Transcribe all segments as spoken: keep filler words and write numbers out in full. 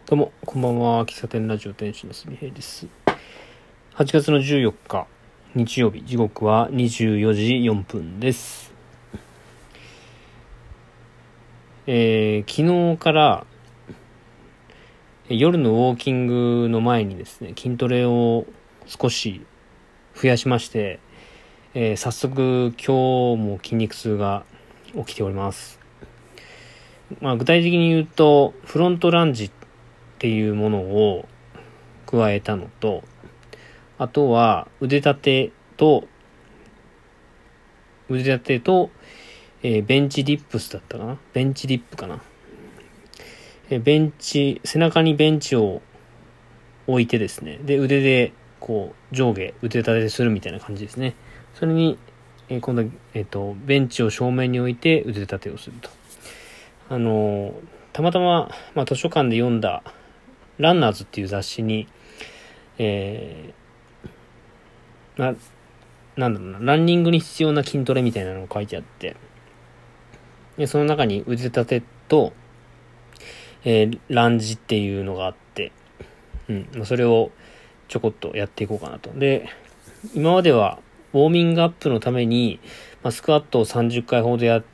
どうも、こんばんは。喫茶店ラジオ店主のすみへいです。はちがつのじゅうよっか、日曜日、時刻はにじゅうよじよんぷんです。えー、昨日から夜のウォーキングの前にですね、筋トレを少し増やしまして、えー、早速今日も筋肉痛が起きております。まあ、具体的に言うと、フロントランジっていうものを加えたのと、あとは腕立てと腕立てと、えー、ベンチディップスだったかなベンチディップかな、えー、ベンチ背中にベンチを置いてですね、で腕でこう上下腕立てするみたいな感じですね。それに、えー、今度は、えーと、ベンチを正面に置いて腕立てをすると。あのー、たまたま、まあ、図書館で読んだランナーズっていう雑誌に、えー、な、なんだろうな、ランニングに必要な筋トレみたいなのが書いてあって、でその中に腕立てと、えー、ランジっていうのがあって、うん、まあ、それをちょこっとやっていこうかなと。で、今まではウォーミングアップのために、まあ、スクワットをさんじゅっかいほどやって、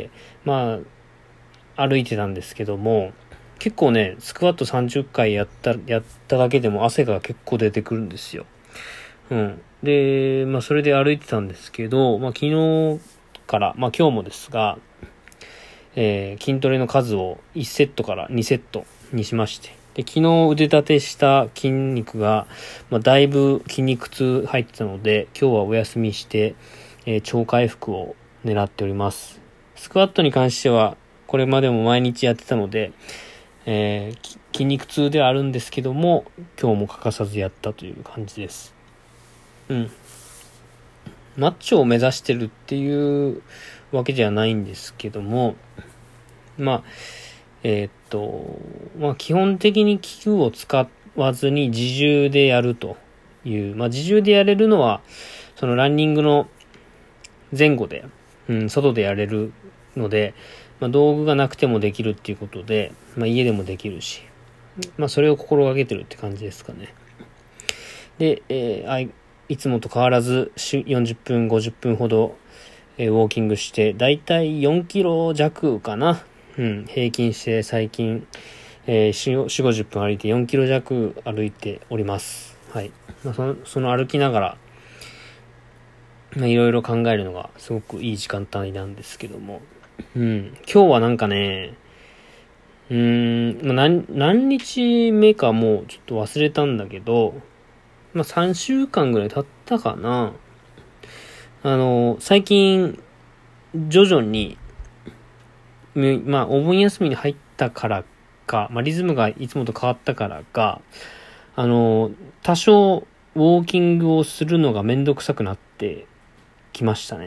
まあ、歩いてたんですけども、結構ね、スクワットさんじゅっかいやった、やっただけでも汗が結構出てくるんですよ。うん。で、まあそれで歩いてたんですけど、まあ昨日から、まあ今日もですが、えー、筋トレの数をいちセットからにセットにしまして、で、昨日腕立てした筋肉が、まあだいぶ筋肉痛入ってたので、今日はお休みして、えー、超回復を狙っております。スクワットに関しては、これまでも毎日やってたので、えー、筋肉痛ではあるんですけども、今日も欠かさずやったという感じです。うん。マッチョを目指してるっていうわけじゃないんですけども、まあ、えー、っと、まあ基本的に器具を使わずに自重でやるという、まあ自重でやれるのは、そのランニングの前後で、うん、外でやれるので、まあ、道具がなくてもできるっていうことで、まあ、家でもできるし、まあ、それを心がけてるって感じですかね。で、えー、あい、いつもと変わらずよんじゅっぷん、ごじゅっぷんほど、えー、ウォーキングして、だいたいよんキロ弱かな。うん、平均して最近、えー、よん、ごじゅっぷん歩いてよんキロ弱歩いております。はい。まあ、その、その歩きながら、まあ、いろいろ考えるのがすごくいい時間帯なんですけども、うん、今日はなんかね、うーん、まあ、何、何日目かもうちょっと忘れたんだけど、まあ、さんしゅうかんぐらい経ったかな。あの、最近、徐々に、まあ、お盆休みに入ったからか、まあ、リズムがいつもと変わったからか、あの、多少、ウォーキングをするのがめんどくさくなってきましたね。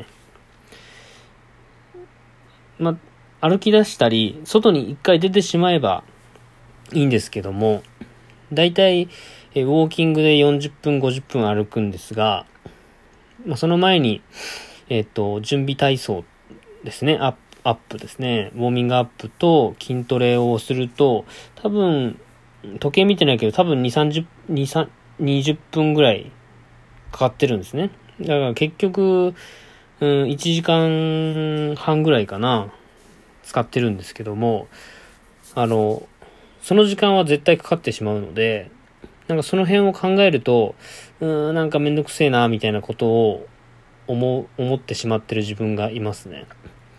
まあ、歩き出したり、外に一回出てしまえばいいんですけども、だいたいウォーキングでよんじゅっぷん、ごじゅっぷん歩くんですが、まあ、その前に、えっと、準備体操ですね、アップ、アップですね、ウォーミングアップと筋トレをすると、多分、時計見てないけど、多分に、さんじゅう、に、さん、にじゅっぷんぐらいかかってるんですね。だから結局、うん、いちじかんはんぐらいかな、使ってるんですけども、あの、その時間は絶対かかってしまうので、なんかその辺を考えると、うーん、なんかめんどくせえな、みたいなことを思う、思ってしまってる自分がいますね。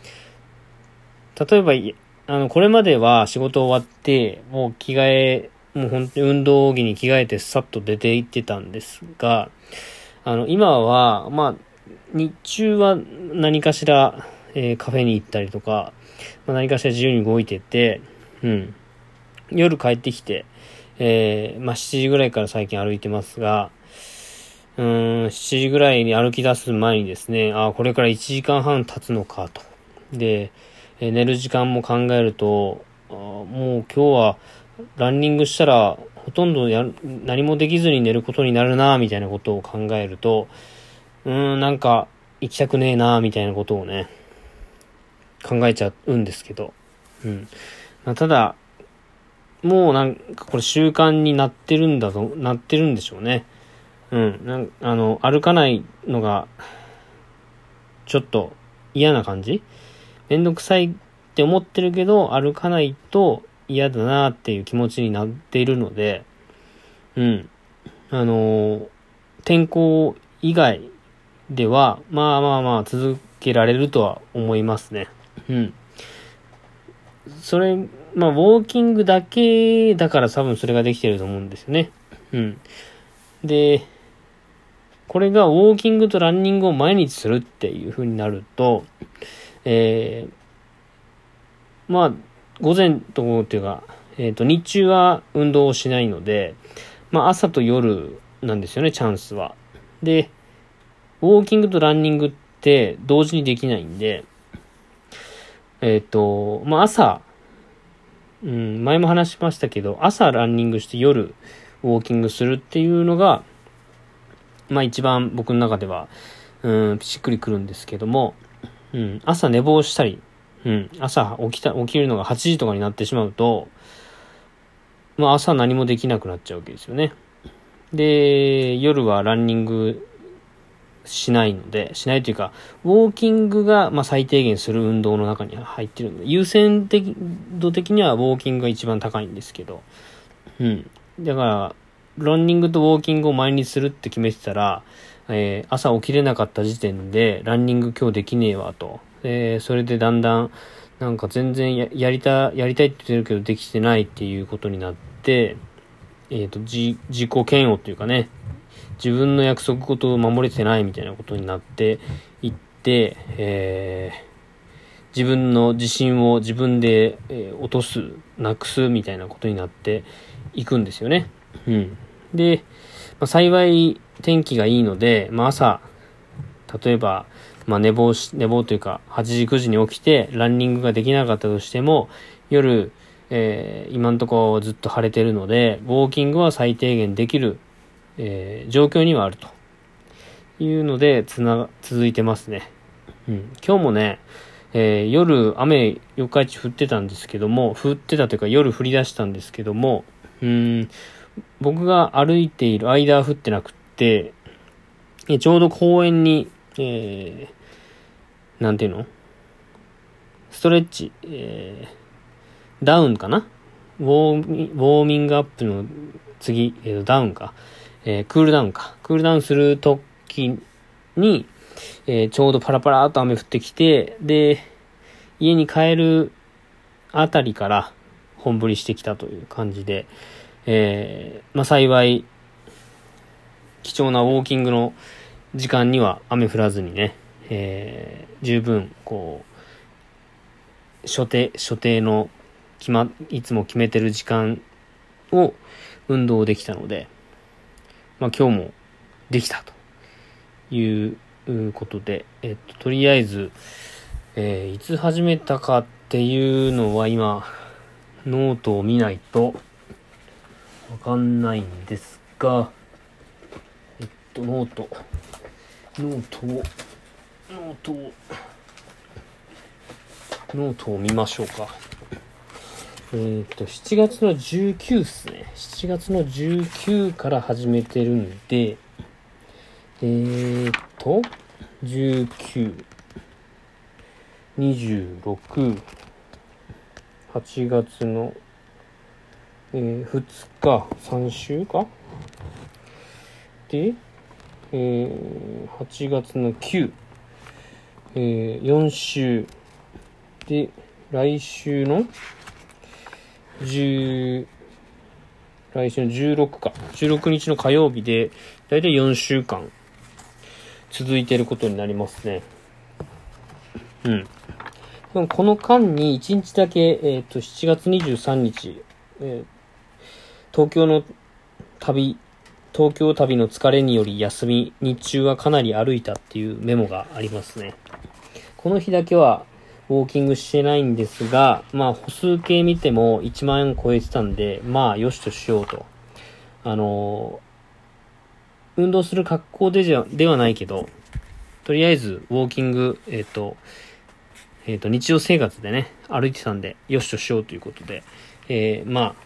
例えば、あの、これまでは仕事終わって、もう着替え、もう本当に運動着に着替えてさっと出て行ってたんですが、あの、今は、まあ、日中は何かしら、えー、カフェに行ったりとか、まあ、何かしら自由に動いてて、うん。夜帰ってきて、えー、まあ、しちじぐらいから最近歩いてますが、うーん、しちじぐらいに歩き出す前にですね、あ、これからいちじかんはん経つのかと。で、えー、寝る時間も考えると、あ、もう今日はランニングしたらほとんどや何もできずに寝ることになるなみたいなことを考えると、うーん、なんか行きたくねえなみたいなことをね、考えちゃうんですけど、うん。まあ、ただ、 もうなんかこれ習慣になってるんだと、なってるんでしょうね。うん。なんあの、歩かないのが、ちょっと嫌な感じ？めんどくさいって思ってるけど、歩かないと嫌だなっていう気持ちになっているので、うん。あの、天候以外では、まあまあまあ続けられるとは思いますね。うん。それ、まあ、ウォーキングだけだから多分それができてると思うんですよね。うん。で、これがウォーキングとランニングを毎日するっていう風になると、えー、まあ、午前と午後っていうか、えっと、日中は運動をしないので、まあ、朝と夜なんですよね、チャンスは。で、ウォーキングとランニングって同時にできないんで、えっと、まあ、朝、うん、前も話しましたけど、朝ランニングして夜ウォーキングするっていうのが、まあ一番僕の中では、うん、しっくりくるんですけども、うん、朝寝坊したり、うん、朝起きた、起きるのがはちじとかになってしまうと、まあ朝何もできなくなっちゃうわけですよね。で、夜はランニングしないので、しないというか、ウォーキングがまあ最低限する運動の中に入ってるので、優先的度的にはウォーキングが一番高いんですけど、うん。だから、ランニングとウォーキングを毎日するって決めてたら、えー、朝起きれなかった時点で、ランニング今日できねえわと。えー、それでだんだん、なんか全然 や, やりた、やりたいって言ってるけどできてないっていうことになって、えっと、自、自己嫌悪っていうかね、自分の約束事を守れてないみたいなことになっていって、えー、自分の自信を自分で、えー、落とす、なくすみたいなことになっていくんですよね。うん。で、まあ、幸い天気がいいので、まあ、朝、例えば、まあ、寝坊し、寝坊というか、はちじくじに起きてランニングができなかったとしても、夜、えー、今のところずっと晴れてるので、ウォーキングは最低限できる、えー、状況にはあるというので、つな、続いてますね。うん。今日もね、えー、夜雨四日市降ってたんですけども、降ってたというか夜降り出したんですけども、うーん、僕が歩いている間は降ってなくって、えちょうど公園に、えー、なんていうのストレッチ、えー、ダウンかなウォーミ、ウォーミングアップの次、えー、ダウンか、えー、クールダウンか。クールダウンするときに、えー、ちょうどパラパラーと雨降ってきて、で、家に帰るあたりから本降りしてきたという感じで、えー、まあ幸い、貴重なウォーキングの時間には雨降らずにね、えー、十分、こう、所定、所定の決ま、いつも決めてる時間を運動できたので、まあ今日もできたということで、えっと、とりあえず、えー、いつ始めたかっていうのは今、ノートを見ないとわかんないんですが、えっと、ノート、ノートを、ノートを、ノートを見ましょうか。えっと、しちがつのじゅうくっすね。しちがつのじゅうくから始めてるんで、えっと、じゅうく、にじゅうろく、はちがつの、えー、ふつか、さんしゅうかで、えー、はちがつのく、えー、よん週で、来週のじゅう、来週のじゅうろくか、じゅうろくにちの火曜日で、だいたいよんしゅうかん続いていることになりますね。うん。でもこの間にいちにちだけ、えっと、しちがつにじゅうさんにち、えー、東京の旅、東京旅の疲れにより休み、日中はかなり歩いたっていうメモがありますね。この日だけはウォーキングしてないんですが、まあ歩数計見てもいちまんえん超えてたんで、まあよしとしようと。あのー、運動する格好でじゃ、ではないけど、とりあえずウォーキング、えっと、えっと、日常生活でね、歩いてたんで、よしとしようということで、えー、まあ、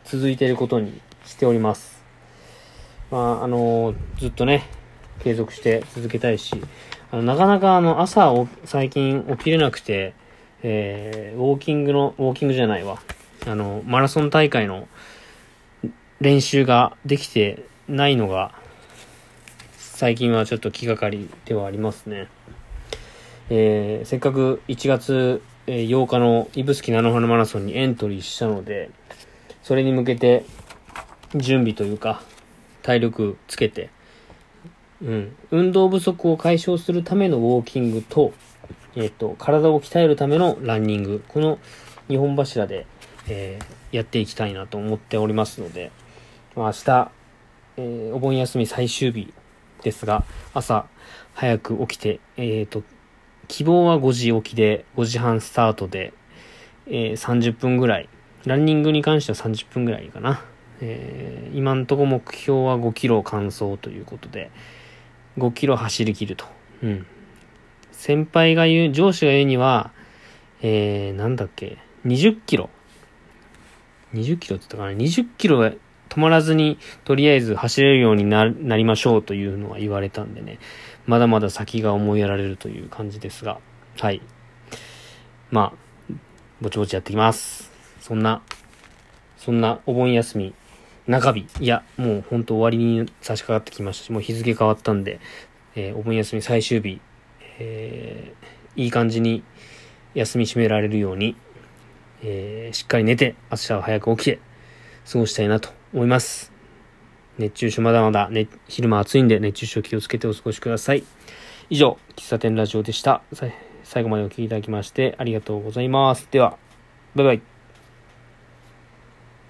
続いていることにしております。まあ、あの、ずっとね、継続して続けたいし、あのなかなかあの朝を最近起きれなくて、えー、ウォーキングの、ウォーキングじゃないわ。あの、マラソン大会の練習ができてないのが、最近はちょっと気がかりではありますね。えー、せっかくいちがつようかの指宿菜の花マラソンにエントリーしたので、それに向けて準備というか、体力つけて、うん、運動不足を解消するためのウォーキングと、えっと、体を鍛えるためのランニング、このにほん柱で、えー、やっていきたいなと思っておりますので、明日、えー、お盆休み最終日ですが、朝早く起きて、えっと、希望はごじ起きで、ごじはんスタートで、えー、さんじゅっぷんぐらい、ランニングに関してはさんじゅっぷんぐらいかな。えー、今んとこ目標はごキロ完走ということで、ごキロ走り切ると。うん。先輩が言う、上司が言うには、えー、なんだっけ、にじゅっキロ。にじゅっキロって言ったかな。にじゅっキロは止まらずに、とりあえず走れるようにな、なりましょうというのは言われたんでね。まだまだ先が思いやられるという感じですが。はい。まあ、ぼちぼちやってきます。そんな、そんなお盆休み、中日。いや、もう本当終わりに差し掛かってきましたし、もう日付変わったんで、えー、お盆休み最終日、えー、いい感じに休み締められるように、えー、しっかり寝て、明日は早く起きて、過ごしたいなと思います。熱中症まだまだ、ね、昼間暑いんで熱中症気をつけてお過ごしください。以上、喫茶店ラジオでした。最後までお聞きいただきましてありがとうございます。では、バイバイ。